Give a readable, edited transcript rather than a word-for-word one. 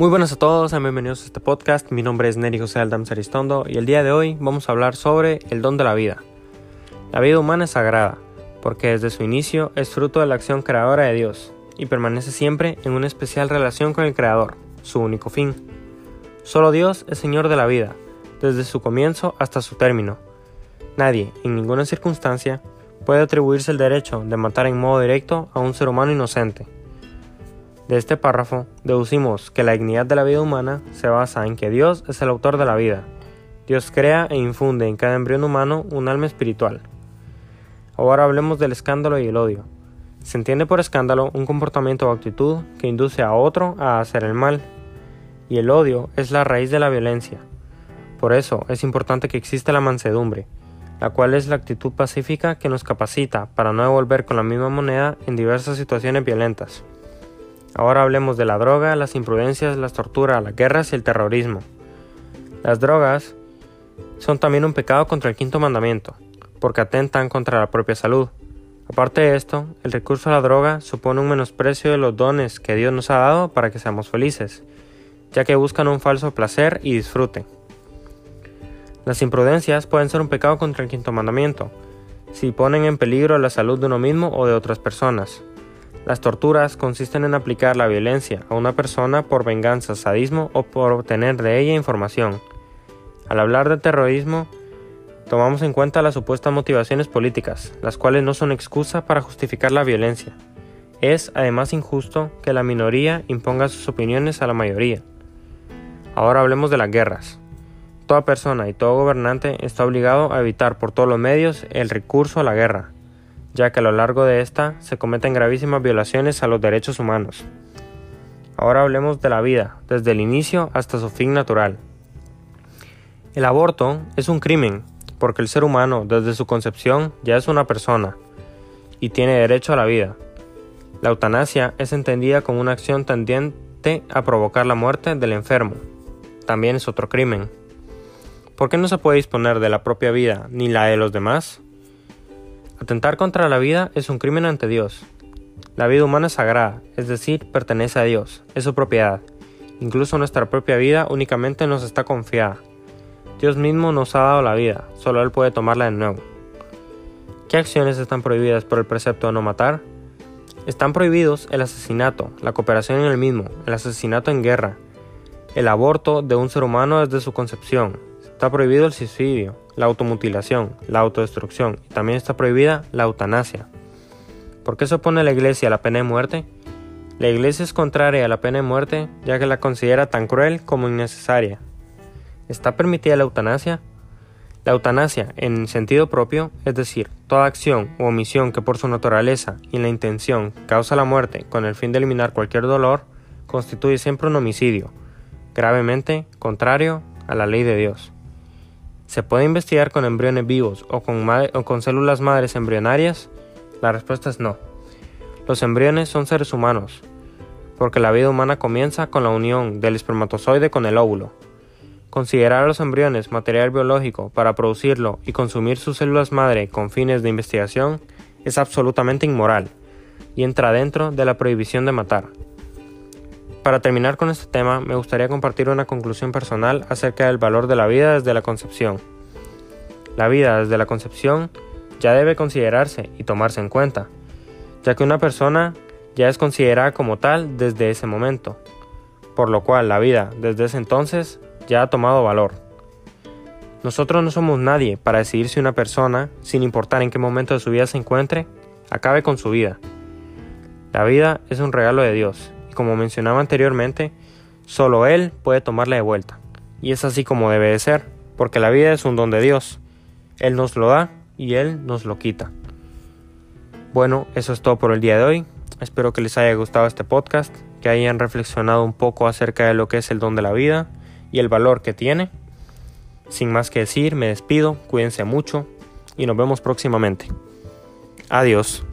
Muy buenas a todos, bienvenidos a este podcast. Mi nombre es Neri José Aldamza Aristondo y el día de hoy vamos a hablar sobre el don de la vida. La vida humana es sagrada, porque desde su inicio es fruto de la acción creadora de Dios y permanece siempre en una especial relación con el Creador, su único fin. Solo Dios es Señor de la vida, desde su comienzo hasta su término. Nadie, en ninguna circunstancia, puede atribuirse el derecho de matar en modo directo a un ser humano inocente. De este párrafo deducimos que la dignidad de la vida humana se basa en que Dios es el autor de la vida. Dios crea e infunde en cada embrión humano un alma espiritual. Ahora hablemos del escándalo y el odio. Se entiende por escándalo un comportamiento o actitud que induce a otro a hacer el mal, y el odio es la raíz de la violencia. Por eso es importante que exista la mansedumbre, la cual es la actitud pacífica que nos capacita para no devolver con la misma moneda en diversas situaciones violentas. Ahora hablemos de la droga, las imprudencias, las torturas, las guerras y el terrorismo. Las drogas son también un pecado contra el quinto mandamiento, porque atentan contra la propia salud. Aparte de esto, el recurso a la droga supone un menosprecio de los dones que Dios nos ha dado para que seamos felices, ya que buscan un falso placer y disfrute. Las imprudencias pueden ser un pecado contra el quinto mandamiento, si ponen en peligro la salud de uno mismo o de otras personas. Las torturas consisten en aplicar la violencia a una persona por venganza, sadismo o por obtener de ella información. Al hablar de terrorismo, tomamos en cuenta las supuestas motivaciones políticas, las cuales no son excusa para justificar la violencia. Es además injusto que la minoría imponga sus opiniones a la mayoría. Ahora hablemos de las guerras. Toda persona y todo gobernante está obligado a evitar por todos los medios el recurso a la guerra, ya que a lo largo de esta se cometen gravísimas violaciones a los derechos humanos. Ahora hablemos de la vida, desde el inicio hasta su fin natural. El aborto es un crimen, porque el ser humano desde su concepción ya es una persona y tiene derecho a la vida. La eutanasia es entendida como una acción tendiente a provocar la muerte del enfermo. También es otro crimen. ¿Por qué no se puede disponer de la propia vida ni la de los demás? Atentar contra la vida es un crimen ante Dios. La vida humana es sagrada, es decir, pertenece a Dios, es su propiedad. Incluso nuestra propia vida únicamente nos está confiada. Dios mismo nos ha dado la vida, solo Él puede tomarla de nuevo. ¿Qué acciones están prohibidas por el precepto de no matar? Están prohibidos el asesinato, la cooperación en el mismo, el asesinato en guerra, el aborto de un ser humano desde su concepción. Está prohibido el suicidio, la automutilación, la autodestrucción y también está prohibida la eutanasia. ¿Por qué se opone la Iglesia a la pena de muerte? La Iglesia es contraria a la pena de muerte ya que la considera tan cruel como innecesaria. ¿Está permitida la eutanasia? La eutanasia, en sentido propio, es decir, toda acción u omisión que por su naturaleza y en la intención causa la muerte con el fin de eliminar cualquier dolor, constituye siempre un homicidio, gravemente contrario a la ley de Dios. ¿Se puede investigar con embriones vivos o con células madres embrionarias? La respuesta es no. Los embriones son seres humanos, porque la vida humana comienza con la unión del espermatozoide con el óvulo. Considerar a los embriones material biológico para producirlo y consumir sus células madre con fines de investigación es absolutamente inmoral y entra dentro de la prohibición de matar. Para terminar con este tema, me gustaría compartir una conclusión personal acerca del valor de la vida desde la concepción. La vida desde la concepción ya debe considerarse y tomarse en cuenta, ya que una persona ya es considerada como tal desde ese momento, por lo cual la vida desde ese entonces ya ha tomado valor. Nosotros no somos nadie para decidir si una persona, sin importar en qué momento de su vida se encuentre, acabe con su vida. La vida es un regalo de Dios. Y como mencionaba anteriormente, solo Él puede tomarla de vuelta. Y es así como debe de ser, porque la vida es un don de Dios. Él nos lo da y Él nos lo quita. Bueno, eso es todo por el día de hoy. Espero que les haya gustado este podcast, que hayan reflexionado un poco acerca de lo que es el don de la vida y el valor que tiene. Sin más que decir, me despido, cuídense mucho y nos vemos próximamente. Adiós.